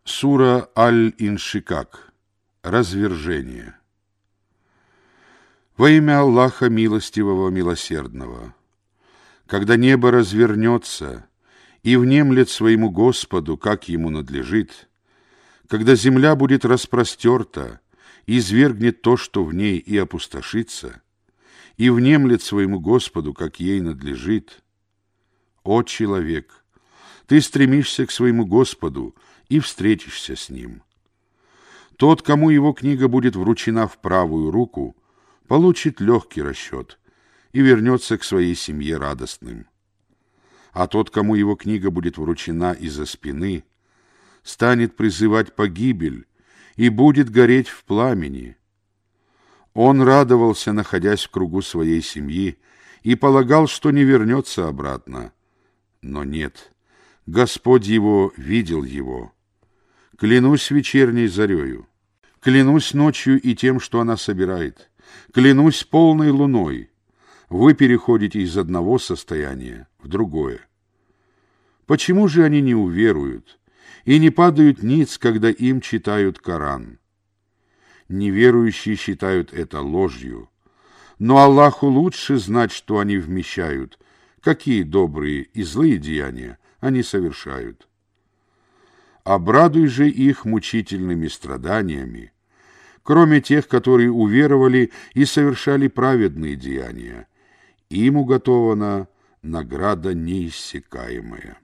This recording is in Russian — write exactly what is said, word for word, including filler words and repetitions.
Сура Аль-Иншикак. Развержение. Во имя Аллаха Милостивого Милосердного. Когда небо развернется и внемлет своему Господу, как ему надлежит, когда земля будет распростерта, и извергнет то, что в ней, и опустошится, и внемлет своему Господу, как ей надлежит, о человек, ты стремишься к своему Господу и встретишься с Ним. Тот, кому его книга будет вручена в правую руку, получит легкий расчет и вернется к своей семье радостным. А тот, кому его книга будет вручена из-за спины, станет призывать погибель и будет гореть в пламени. Он радовался, находясь в кругу своей семьи, и полагал, что не вернется обратно. Но нет, Господь его видел его. Клянусь вечерней зарею, клянусь ночью и тем, что она собирает, клянусь полной луной. Вы переходите из одного состояния в другое. Почему же они не уверуют и не падают ниц, когда им читают Коран? Неверующие считают это ложью, но Аллаху лучше знать, что они вмещают, какие добрые и злые деяния они совершают. Обрадуй же их мучительными страданиями, кроме тех, которые уверовали и совершали праведные деяния. Им уготована награда неиссякаемая.